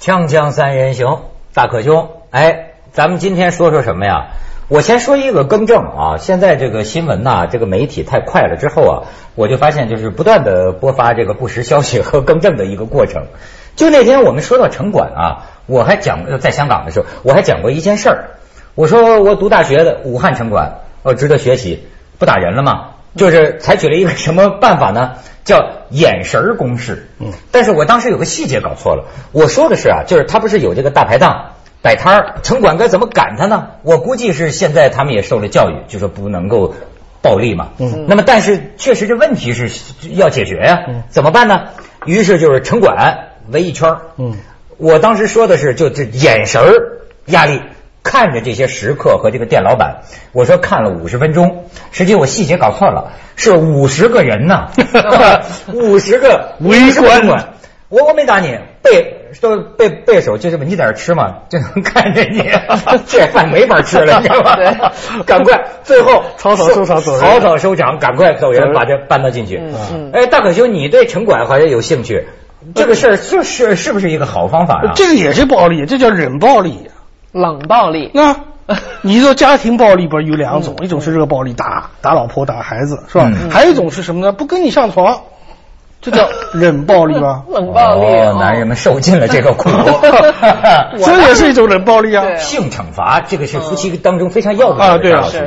锵锵三人行，大可兄，哎，咱们今天说说什么呀？我先说一个更正啊，现在这个新闻呐，这个媒体太快了之后啊，我就发现就是不断的播发这个不实消息和更正的一个过程。就那天我们说到城管啊，我还讲在香港的时候，我还讲过一件事儿。我说我读大学的武汉城管，值得学习，不打人了吗？就是采取了一个什么办法呢？叫眼神公式。但是我当时有个细节搞错了，我说的是啊，就是他不是有这个大排档摆摊儿，城管该怎么赶他呢？我估计是现在他们也受了教育，就说不能够暴力嘛。那么但是确实这问题是要解决呀，怎么办呢？于是就是城管围一圈。我当时说的是就这眼神压力。看着这些食客和这个店老板，我说看了50分钟，实际我细节搞错了，是50个人呢，50个围观。我没打你，背手就这么，你在这吃嘛，就能看着你，这饭没法吃了，你知道吗？赶快，最后草草收场走人， 草草收场，赶快走人，把这搬到进去。哎，大可兄，你对城管好像有兴趣，这个事儿是不是一个好方法啊？ 这个也是暴力，这叫冷暴力。 冷暴力， 那你说家庭暴力不是有两种，一种是热暴力，打老婆打孩子是吧？还有一种是什么呢？不跟你上床，这叫冷暴力吧？ 冷暴力， 男人们受尽了这个苦， 这也是一种冷暴力啊。 性惩罚这个是夫妻当中非常要的对啊， 是。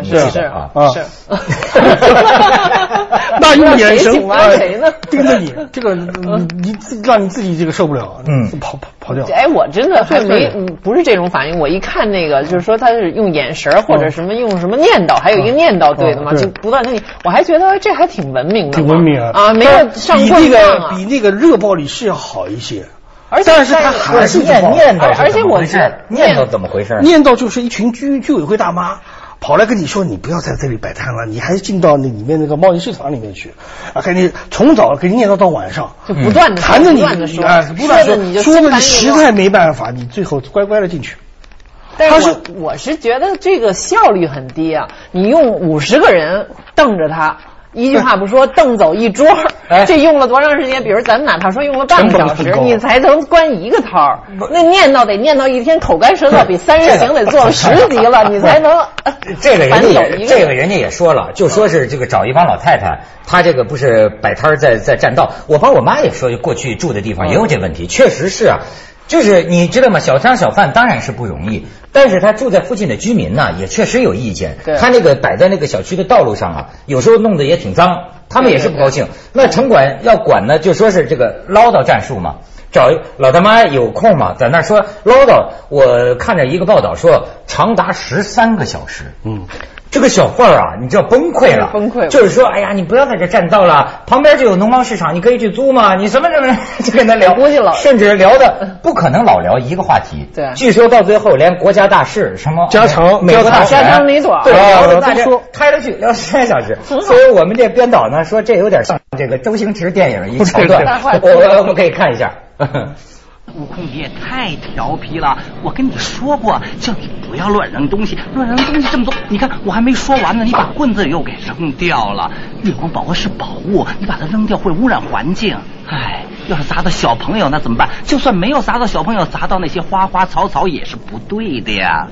那用眼神谁呢？ 盯着你，这个你让你自己这个受不了，跑掉。 哎，我真的还不是这种反应。我一看那个，就是说他是用眼神或者什么用什么念叨，还有一个念叨对的嘛，就不断跟你，我还觉得这还挺文明的， 挺文明啊，没有上棍棒啊， 比那个热暴力是要好一些。 但是他还是念叨，而且我是念叨怎么回事？ 念叨就是一群居委会大妈。跑来跟你说，你不要在这里摆摊了，你还是进到那里面那个贸易市场里面去啊！给你从早给你念叨到晚上， 就不断的谈着你说不断说的你实在没办法，你最后乖乖的进去。 但是我是觉得这个效率很低啊！你用50个人瞪着他。一句话不说，瞪走一桌，这用了多长时间？比如咱们哪怕说用了半个小时，你才能关一个摊儿。那念叨得念叨一天，口干舌燥，比3人行得做了10集了，你才能。 这个人家也说了，就说是这个找一帮老太太，他这个不是摆摊在占道。我爸我妈也说，过去住的地方也有这问题，确实是啊。就是你知道吗？小商小贩当然是不容易，但是他住在附近的居民呢，也确实有意见。他那个摆在那个小区的道路上啊，有时候弄得也挺脏，他们也是不高兴。那城管要管呢，就说是这个唠叨战术嘛，找老大妈有空嘛，在那说唠叨。我看着一个报道说，长达13个小时。这个小贩啊，你知道崩溃了，就是说，哎呀，你不要在这占道了，旁边就有农贸市场，你可以去租嘛，你什么就跟他聊，甚至聊的不可能老聊一个话题。 对， 据说到最后连国家大事什么家常美国大选， 家长里短， 对，聊的大家开了去聊3小时。所以我们这编导呢说，这有点像这个周星驰电影一桥段，我们可以看一下。 悟空你也太调皮了，我跟你说过，叫你不要乱扔东西，乱扔东西这么多，你看我还没说完呢，你把棍子又给扔掉了。月光宝盒是宝物，你把它扔掉会污染环境。哎，要是砸到小朋友那怎么办？就算没有砸到小朋友，砸到那些花花草草也是不对的呀。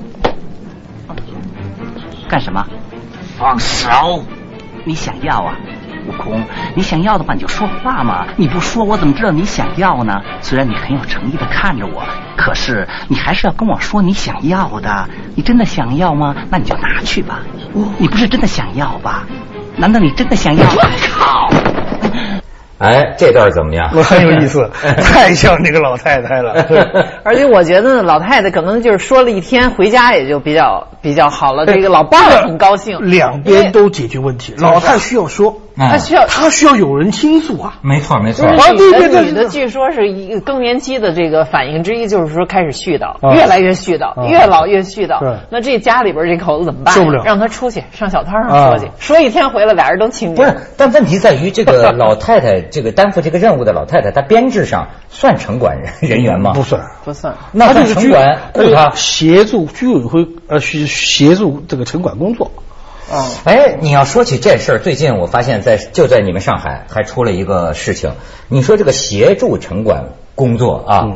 干什么？放手！你想要啊？悟空，你想要的话你就说话嘛，你不说我怎么知道你想要呢？虽然你很有诚意的看着我，可是你还是要跟我说你想要的。你真的想要吗？那你就拿去吧。你不是真的想要吧？难道你真的想要？靠！ 哎，这段怎么样？ 很有意思，太像那个老太太了。 而且我觉得老太太可能就是说了一天，回家也就比较好了。这个老伴儿很高兴， 两边都解决问题。老太太需要说，她需要有人倾诉啊。 没错。 女的据说是一个更年期的这个反应之一，就是说开始絮叨，越来越絮叨，越老越絮叨。那这家里边这口子怎么办？ 受不了， 让他出去上小摊上说去，说一天回来俩人都清静。 不是，但问题在于这个老太太。这个担负这个任务的老太太，她编制上算城管人员吗？ 不算。 那就是城管雇她协助居委会协助这个城管工作。 哎，你要说起这事儿，最近我发现就在你们上海还出了一个事情。你说这个协助城管工作啊，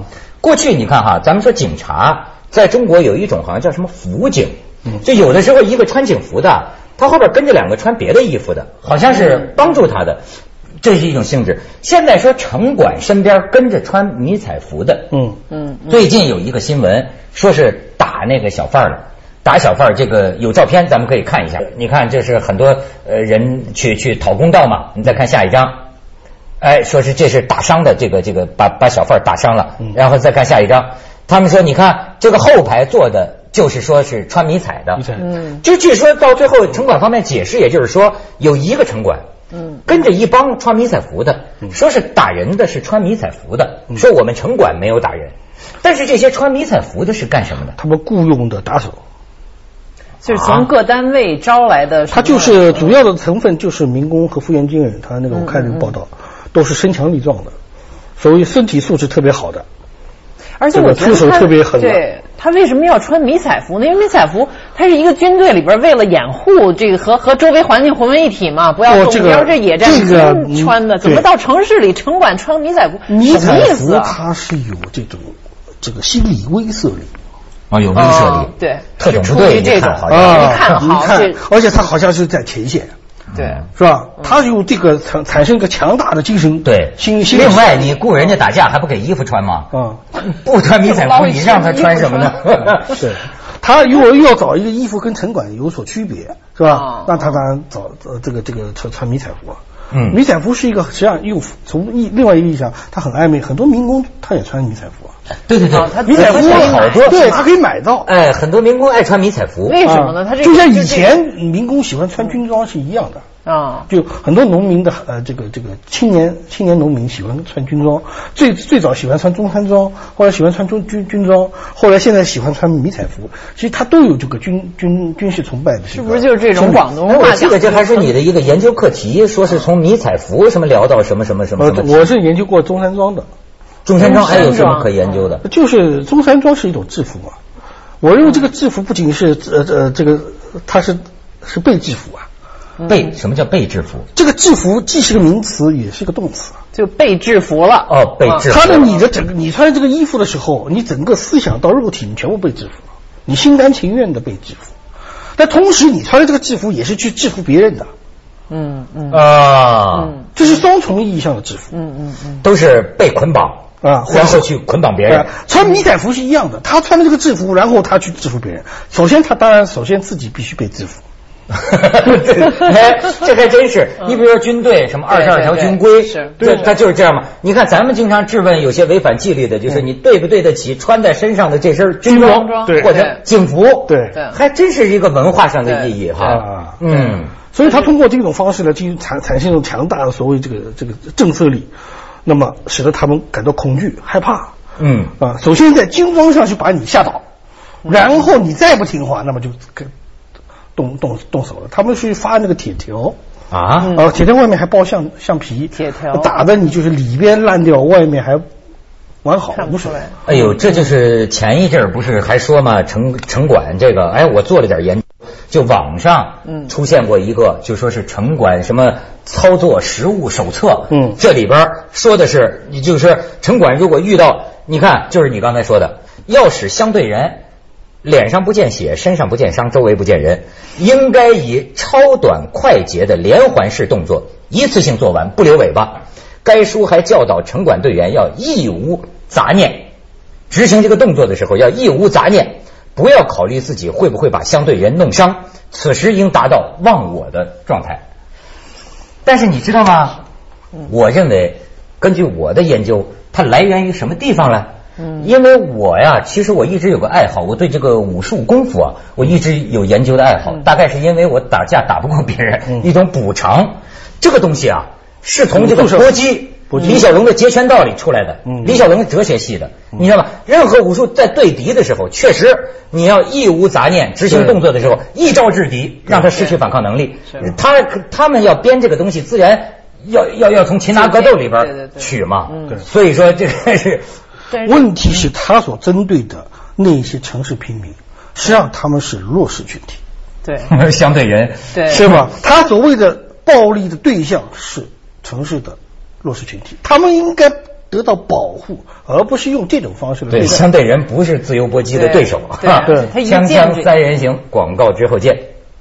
过去你看哈，咱们说警察在中国有一种好像叫什么辅警，就有的时候一个穿警服的，他后边跟着两个穿别的衣服的，好像是帮助他的，这是一种性质。现在说城管身边跟着穿迷彩服的，最近有一个新闻说是打那个小贩的。打小贩这个有照片，咱们可以看一下。你看，这是很多人去讨公道嘛。你再看下一张，说是这是打伤的这个把小贩打伤了。然后再看下一张，他们说你看这个后排坐的就是说是穿迷彩的。就据说到最后城管方面解释，也就是说有一个城管，跟着一帮穿迷彩服的，说是打人的是穿迷彩服的，说我们城管没有打人，但是这些穿迷彩服的是干什么的？ 他们雇佣的打手。 就是从各单位招来的， 他就是主要的成分就是民工和复员军人，他那个我看这个报道都是身强力壮的，所以身体素质特别好的， 而且我觉得出手特别狠。 对，他为什么要穿迷彩服呢？因为迷彩服它是一个军队里边为了掩护这个和周围环境混为一体嘛，不要中标这野战军穿的，怎么到城市里城管穿迷彩服？ 迷彩服它是有这个心理威慑力。 有威慑力， 对， 特种部队这种一看好， 而且他好像是在前线， 对， 是吧？他用这个产生一个强大的精神， 对， 心。 另外，你雇人家打架还不给衣服穿吗？不穿迷彩服，你让他穿什么呢？ 对，他如果要找一个衣服跟城管有所区别，是吧？那他当然找这个穿迷彩服。迷彩服是一个实际上又从另外一个意义上，它很暧昧，很多民工他也穿迷彩服。 对，迷彩服好多， 对，他可以买到。 很多民工爱穿迷彩服， 为什么呢？他就像以前民工喜欢穿军装是一样的。就很多农民的这个青年农民喜欢穿军装，最早喜欢穿中山装，后来喜欢穿军装，后来现在喜欢穿迷彩服，其实他都有这个军事崇拜的。 是不是就是这种广东话？ 我记得这还是你的一个研究课题，说是从迷彩服什么聊到什么。 我是研究过中山装的。 中山装还有什么可研究的？ 就是中山装是一种制服嘛。我认为这个制服不仅是它是被制服啊。 什么叫被制服？ 这个制服既是个名词，也是个动词， 就被制服了。 被制服。 他的你穿这个衣服的时候，你整个思想到肉体，你全部被制服了，你心甘情愿的被制服。但同时，你穿的这个制服也是去制服别人的。这是双重意义上的制服。 都是被捆绑然后去捆绑别人。 穿迷彩服是一样的，他穿的这个制服，然后他去制服别人。首先自己必须被制服。 这还真是。你比如说军队什么22条军规，对，他就是这样嘛。你看咱们经常质问有些违反纪律的，就是你对不对得起穿在身上的这身军装或者警服？ 对， 还真是一个文化上的意义哈。 所以他通过这种方式呢，产生一种强大的所谓这个震慑力，那么使得他们感到恐惧害怕。首先在军装上去把你吓倒，然后你再不听话，那么就动手了。他们是发那个铁条铁条外面还包橡皮， 铁条打的你就是里边烂掉，外面还完好无损。 哎呦，这就是前一阵儿不是还说嘛，城管这个，我做了点研究，就网上出现过一个，就说是城管什么操作实务手册，这里边说的是，你就是说城管如果遇到，你看就是你刚才说的，要使相对人脸上不见血，身上不见伤，周围不见人，应该以超短快捷的连环式动作一次性做完，不留尾巴。该书还教导城管队员要一无杂念，执行这个动作的时候要一无杂念，不要考虑自己会不会把相对人弄伤，此时应达到忘我的状态。但是你知道吗？我认为根据我的研究，它来源于什么地方呢？因为我呀，其实我一直有个爱好，我对这个武术功夫我一直有研究的爱好，大概是因为我打架打不过别人，一种补偿。这个东西是从这个搏击李小龙的截拳道里出来的，李小龙是哲学系的，你知道吗？任何武术在对敌的时候，确实你要一无杂念，执行动作的时候一招制敌，让他失去反抗能力。他们要编这个东西，自然要从擒拿格斗里边取嘛。所以说这个是。 问题是他所针对的那些城市平民，实际上他们是弱势群体， 对， 相对人， 对， 是吧？他所谓的暴力的对象是城市的弱势群体，他们应该得到保护，而不是用这种方式来对相对人不是自由搏击的对手。 对， 锵锵三人行，广告之后见。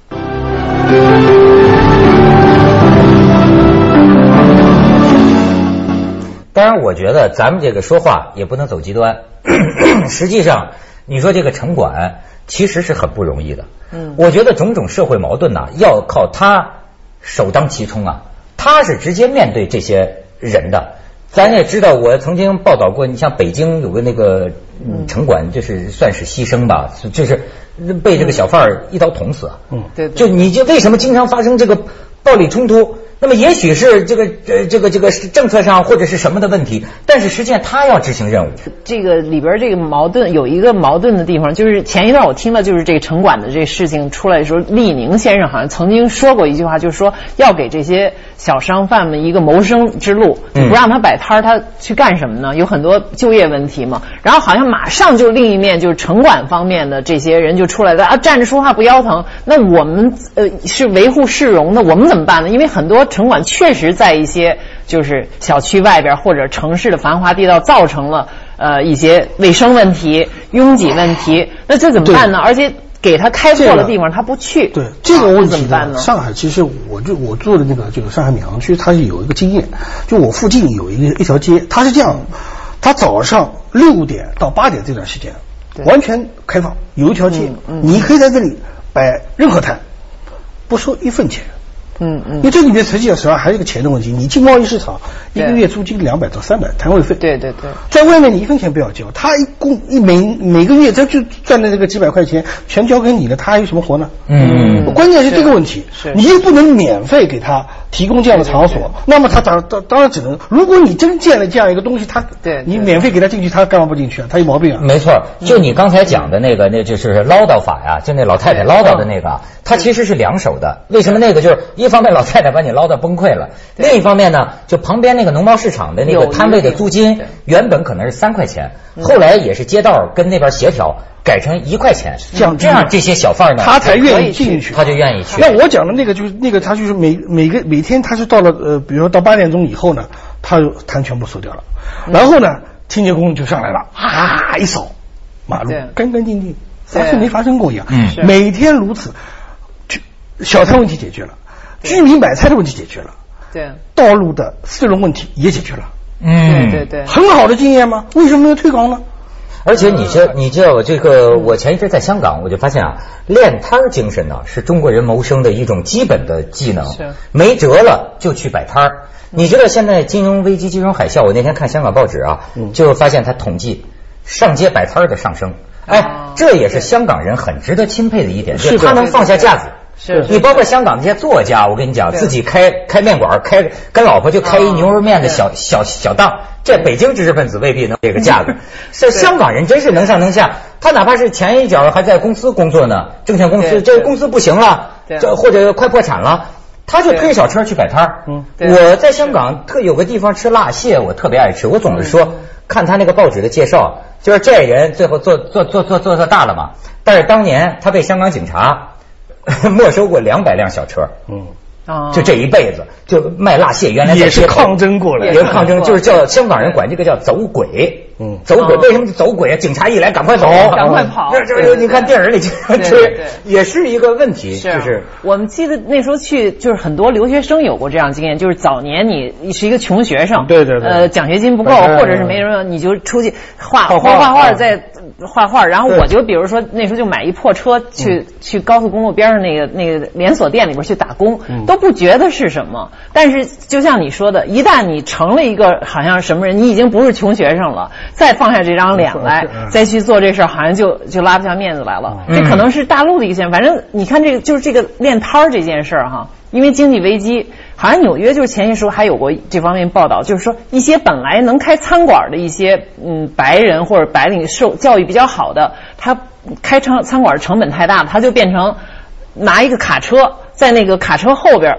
当然，我觉得咱们这个说话也不能走极端。实际上，你说这个城管其实是很不容易的。我觉得种种社会矛盾呐，要靠他首当其冲啊，他是直接面对这些人的。咱也知道，我曾经报道过，你像北京有个那个城管，就是算是牺牲吧，就是被这个小贩儿一刀捅死。 对， 就你就为什么经常发生这个暴力冲突？那么也许是这个政策上或者是什么的问题，但是实际上他要执行任务。 这个里边这个矛盾有一个矛盾的地方，就是前一段我听了，就是这个城管的这事情出来的时候，厉宁先生好像曾经说过一句话，就是说要给这些小商贩们一个谋生之路，你不让他摆摊，他去干什么呢？有很多就业问题嘛。然后好像马上就另一面就是城管方面的这些人就出来了啊，站着说话不腰疼。那我们是维护市容的，我们怎么办呢？因为很多城管确实在一些就是小区外边或者城市的繁华地道造成了一些卫生问题、拥挤问题，那这怎么办呢？而且给他开阔的地方他不去， 对这个问题怎么办呢？ 上海其实我住的那个就是上海闵行区，它有一个经验，就我附近有一条街，它是这样，它早上6点到8点这段时间完全开放，有一条街，你可以在这里摆任何摊，不收1分钱。因为这里面实际上还有一个钱的问题，你进贸易市场一个月租金200到300摊位费， 对， 在外面你1分钱不要交，他每个月他就赚的这个几百块钱全交给你了，他还有什么活呢？关键是这个问题，你又不能免费给他提供这样的场所，那么他当然只能，如果你真建了这样一个东西，你免费给他进去，他干嘛不进去啊？他有毛病啊？ 没错，就你刚才讲的那个，那就是唠叨法呀，就那老太太唠叨的那个，它其实是两手的。为什么那个就是一方面老太太把你唠叨崩溃了，另一方面呢，就旁边那个农贸市场的那个摊位的租金原本可能是3块钱，后来也是街道跟那边协调改成1块钱，这样这些小贩呢， 他才愿意进去， 他就愿意去。 那我讲的那个就是那个，他就是每天他是到了比如说到8点钟以后呢，他就摊全部收掉了，然后呢，清洁工就上来了，一扫马路干干净净，像是没发生过一样。每天如此，小摊问题解决了，居民买菜的问题解决了， 对， 道路的市容问题也解决了。 对， 很好的经验吗？为什么没有推广呢？ 而且你知道这个，我前一阵在香港，我就发现啊，练摊精神呢是中国人谋生的一种基本的技能，没辙了就去摆摊儿。你知道现在金融危机、金融海啸，我那天看香港报纸啊，就发现他统计上街摆摊儿的上升，这也是香港人很值得钦佩的一点，就是他能放下架子。你包括香港那些作家，我跟你讲，自己开面馆，跟老婆就开一牛肉面的小档，这北京知识分子未必能这个架子。这香港人真是能上能下，他哪怕是前一脚还在公司工作呢，证券公司，这个公司不行了，或者快破产了，他就推小车去摆摊儿。我在香港有个地方吃辣蟹，我特别爱吃，我总是说看他那个报纸的介绍，就是这人最后做大了嘛，但是当年他被香港警察没收过200辆小车，就这一辈子就卖辣蟹，原来也是抗争过来， 也是抗争，就是叫香港人管这个叫走鬼。走鬼为什么走鬼啊？警察一来赶快走， 赶快跑。 这你看电影里经常吹，也是一个问题。就是我们记得那时候去，就是很多留学生有过这样经验，就是早年你是一个穷学生， 对， 奖学金不够，或者是没什么，你就出去画画，在画画。然后我就比如说那时候就买一破车去高速公路边上那个连锁店里边去打工，都不觉得是什么。但是就像你说的，一旦你成了一个好像什么人，你已经不是穷学生了，再放下这张脸来，再去做这事儿，好像就拉不下面子来了。这可能是大陆的一个现象。反正你看这个就是这个练摊儿这件事儿哈，因为经济危机，好像纽约就是前些时候还有过这方面报道，就是说一些本来能开餐馆的一些白人或者白领受教育比较好的，他开餐馆成本太大，他就变成拿一个卡车，在那个卡车后边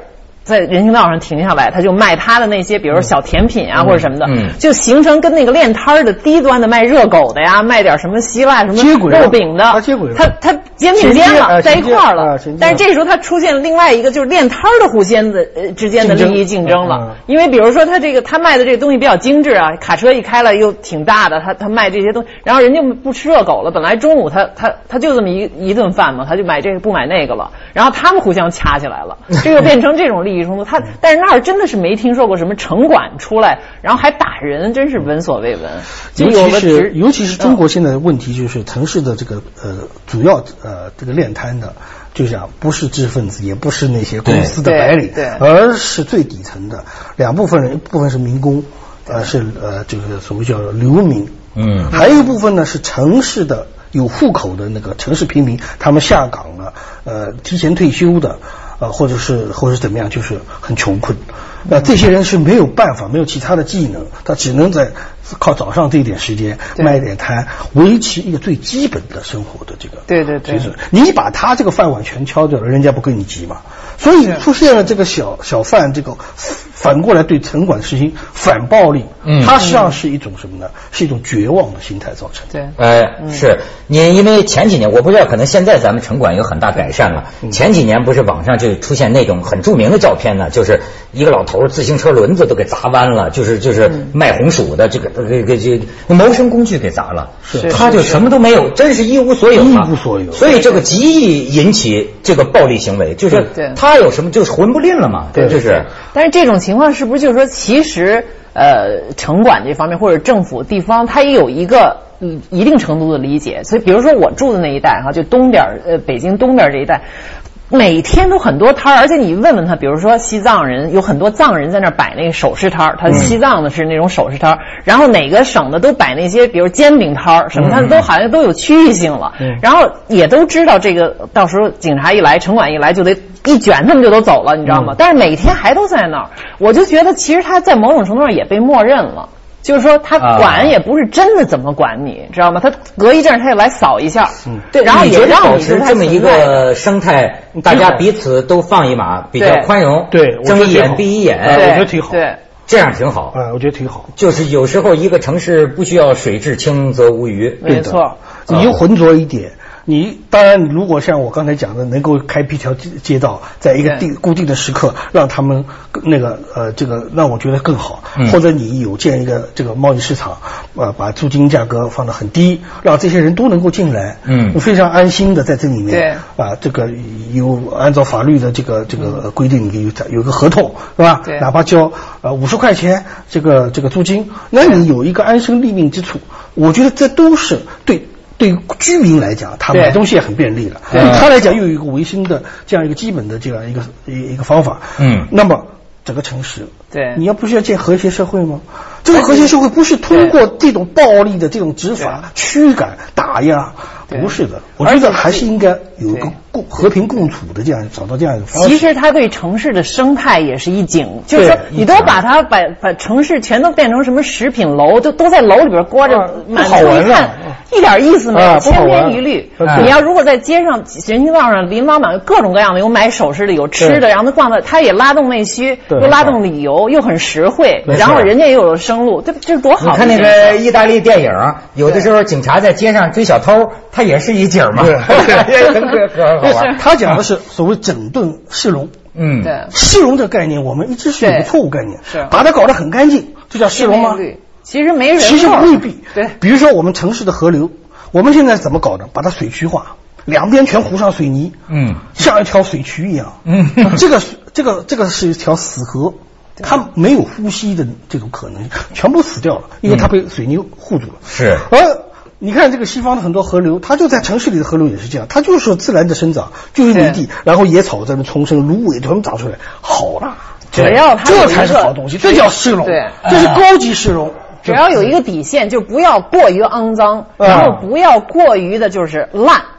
在人行道上停下来，他就卖他的那些，比如小甜品啊或者什么的，就形成跟那个练摊的低端的卖热狗的呀，卖点什么希腊什么肉饼的，他肩并肩了，在一块儿了。但是这时候他出现了另外一个，就是练摊的互相的之间的利益竞争了。因为比如说他卖的这个东西比较精致啊，卡车一开了又挺大的，他卖这些东西，然后人家不吃热狗了，本来中午他就这么一顿饭嘛，他就买这个不买那个了，然后他们互相掐起来了，这就变成这种利益冲突。但是那儿真的是没听说过什么城管出来，然后还打人，真是闻所未闻。 尤其是中国现在的问题就是城市的这个主要这个练摊的，就像不是知识分子，也不是那些公司的白领，而是最底层的两部分人，一部分是民工，是这个所谓叫流民，还有一部分呢是城市的有户口的那个城市平民，他们下岗了，提前退休的。或者是怎么样，就是很穷困。这些人是没有办法，没有其他的技能，他只能在靠早上这一点时间卖一点摊，维持一个最基本的生活的这个水准。你把他这个饭碗全敲掉了，人家不跟你急嘛。所以出现了这个小贩这个反过来对城管实行反暴力，它实际上是一种什么呢？是一种绝望的心态造成的。 是你因为前几年我不知道，可能现在咱们城管有很大改善了。前几年不是网上就出现那种很著名的照片呢，就是一个老头自行车轮子都给砸弯了，就是卖红薯的这个谋生工具给砸了，他就什么都没有，真是一无所有。所以这个极易引起这个暴力行为，就是他有什么就是混不吝了嘛，就是。 但是这种情况是不是就是说，其实城管这方面或者政府地方，它也有一个一定程度的理解。所以比如说我住的那一带哈，就东边北京东边这一带。每天都很多摊儿，而且你问问他，比如说西藏人有很多藏人在那儿摆那个首饰摊儿，他西藏的是那种首饰摊儿，然后哪个省的都摆那些，比如煎饼摊儿什么，他都好像都有区域性了，然后也都知道这个到时候警察一来，城管一来就得一卷他们就都走了，你知道吗？但是每天还都在那儿，我就觉得其实他在某种程度上也被默认了。就是说他管也不是真的怎么管你，知道吗？他隔一阵他也来扫一下，对，然后也让保持这么一个生态，大家彼此都放一马，比较宽容， 对， 睁一眼闭一眼， 我觉得挺好， 对， 这样挺好， 我觉得挺好。 就是有时候一个城市不需要水至清则无鱼， 没错， 你就浑浊一点。你当然，如果像我刚才讲的，能够开辟条街道，在一个固定的时刻，让他们这个让我觉得更好。或者你有建一个这个贸易市场，把租金价格放得很低，让这些人都能够进来，非常安心的在这里面，这个有按照法律的这个规定，有个合同是吧？哪怕交50块钱这个租金，那你有一个安身立命之处，我觉得这都是对于居民来讲，他买东西也很便利了。对他来讲，又有一个维生的这样一个基本的这样一个方法。那么整个城市， 对， 你要不是要建和谐社会吗？这个和谐社会不是通过这种暴力的这种执法驱赶打压，不是的。我觉得还是应该有一个和平共处的这样找到这样一个方式。 其实它对城市的生态也是一景，就是说你都把它把城市全都变成什么食品楼，都在楼里边刮着满处一看，一点意思没有，千篇一律。你要如果在街上人行道上琳琅满各种各样的，有买首饰的，有吃的，然后他逛的，他也拉动内需，又拉动旅游，又很实惠，然后人家也有生路，这多好！ 你看那个意大利电影，有的时候警察在街上追小偷，他也是一景嘛，很好玩。 他讲的是所谓整顿市容， 对， 市容这个概念我们一直是有个错误概念，把它搞得很干净，就叫市容吗？ 其实没人， 其实未必。 对， 比如说我们城市的河流，我们现在怎么搞的？把它水渠化，两边全糊上水泥，像一条水渠一样。这个是一条死河，它没有呼吸的这种可能，全部死掉了，因为它被水泥护住了。 是。 而你看这个西方的很多河流，它就在城市里的河流也是这样，它就是自然的生长，就是泥地，然后野草在那丛生，芦苇全部长出来，好了。 只要它这才是好东西，这叫市容， 对， 这是高级市容。 只要有一个底线，就不要过于肮脏，然后不要过于的就是烂，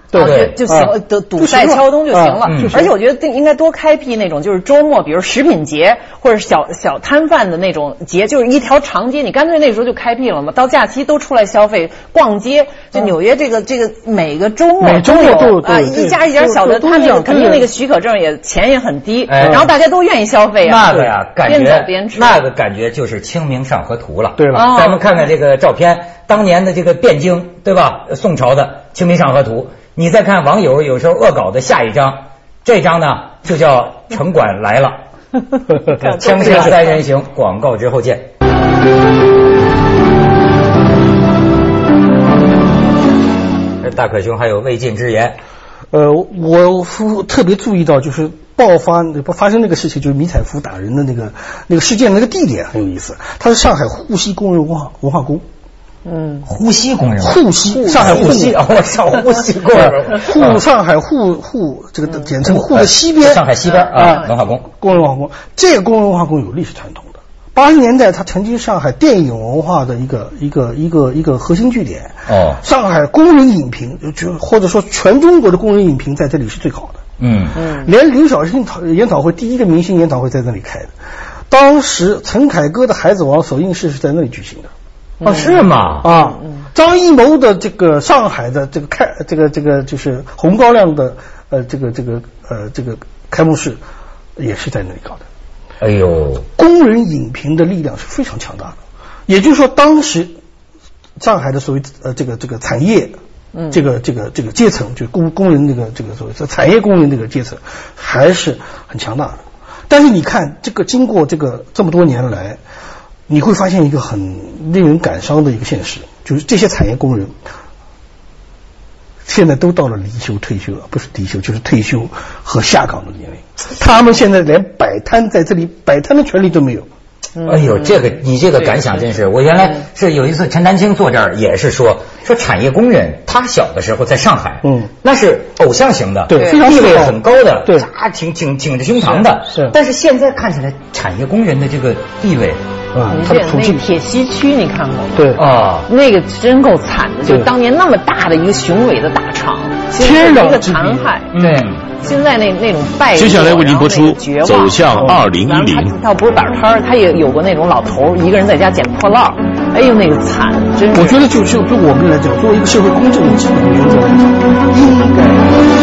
对， 就行了，堵塞敲东就行了。而且我觉得应该多开辟那种就是周末，比如食品节或者小摊贩的那种节，就是一条长街，你干脆那时候就开辟了嘛。到假期都出来消费逛街，就纽约这个每个周末都有啊，一家小的，他那个肯定那个许可证钱也很低，然后大家都愿意消费啊。 那个呀，感觉边走边吃， 那个感觉就是《清明上河图》了。 对了， 咱们看看这个照片，当年的这个汴京，对吧？宋朝的《清明上河图》，你再看网友有时候恶搞的下一张，这张呢就叫城管来了。锵锵三人行，广告之后见。大可兄还有未尽之言。 我特别注意到，就是发生那个事情，就是迷彩服打人的那个事件，那个地点很有意思。它是上海沪西工人文化宫。 沪西工人， 上海沪西我上沪西工人， 上海沪这个简称沪的西边， 上海西边啊，文化宫， 工人文化宫。这个工人文化宫有历史传统的，80年代它曾经上海电影文化的一个核心据点。上海工人影评或者说全中国的工人影评在这里是最好的。连刘晓庆研讨会第一个明星研讨会在那里开的，当时陈凯歌的《孩子王》首映式是在那里举行的。 是吗？ 张艺谋的这个上海的这个就是红高粱的这个开幕式也是在那里搞的。 哎呦， 工人影评的力量是非常强大的。也就是说，当时上海的所谓这个产业这个阶层，就工人这个所谓产业工人这个阶层还是很强大的。但是你看经过这么多年来，你会发现一个很令人感伤的一个现实，就是这些产业工人现在都到了退休不是离休就是退休和下岗的年龄，他们现在连摆摊在这里摆摊的权利都没有。 哎呦，你这个感想真是，我原来是有一次陈丹青坐这儿也是说产业工人，他小的时候在上海，那是偶像型的， 对， 非常地位很高的，对，挺着胸膛的， 是。 但是现在看起来，产业工人的这个地位。 他的那个铁西区你看过吗？ 对那个真够惨的，就当年那么大的一个雄伟的大厂， 天壤一个残害。对，现在那种败接下来为您播出《走向2010》。 他不是摆摊，他也有过那种老头一个人在家捡破烂，哎呦那个惨，真是。 我觉得就对我们来讲，作为一个社会公正的基本原则来讲，应该。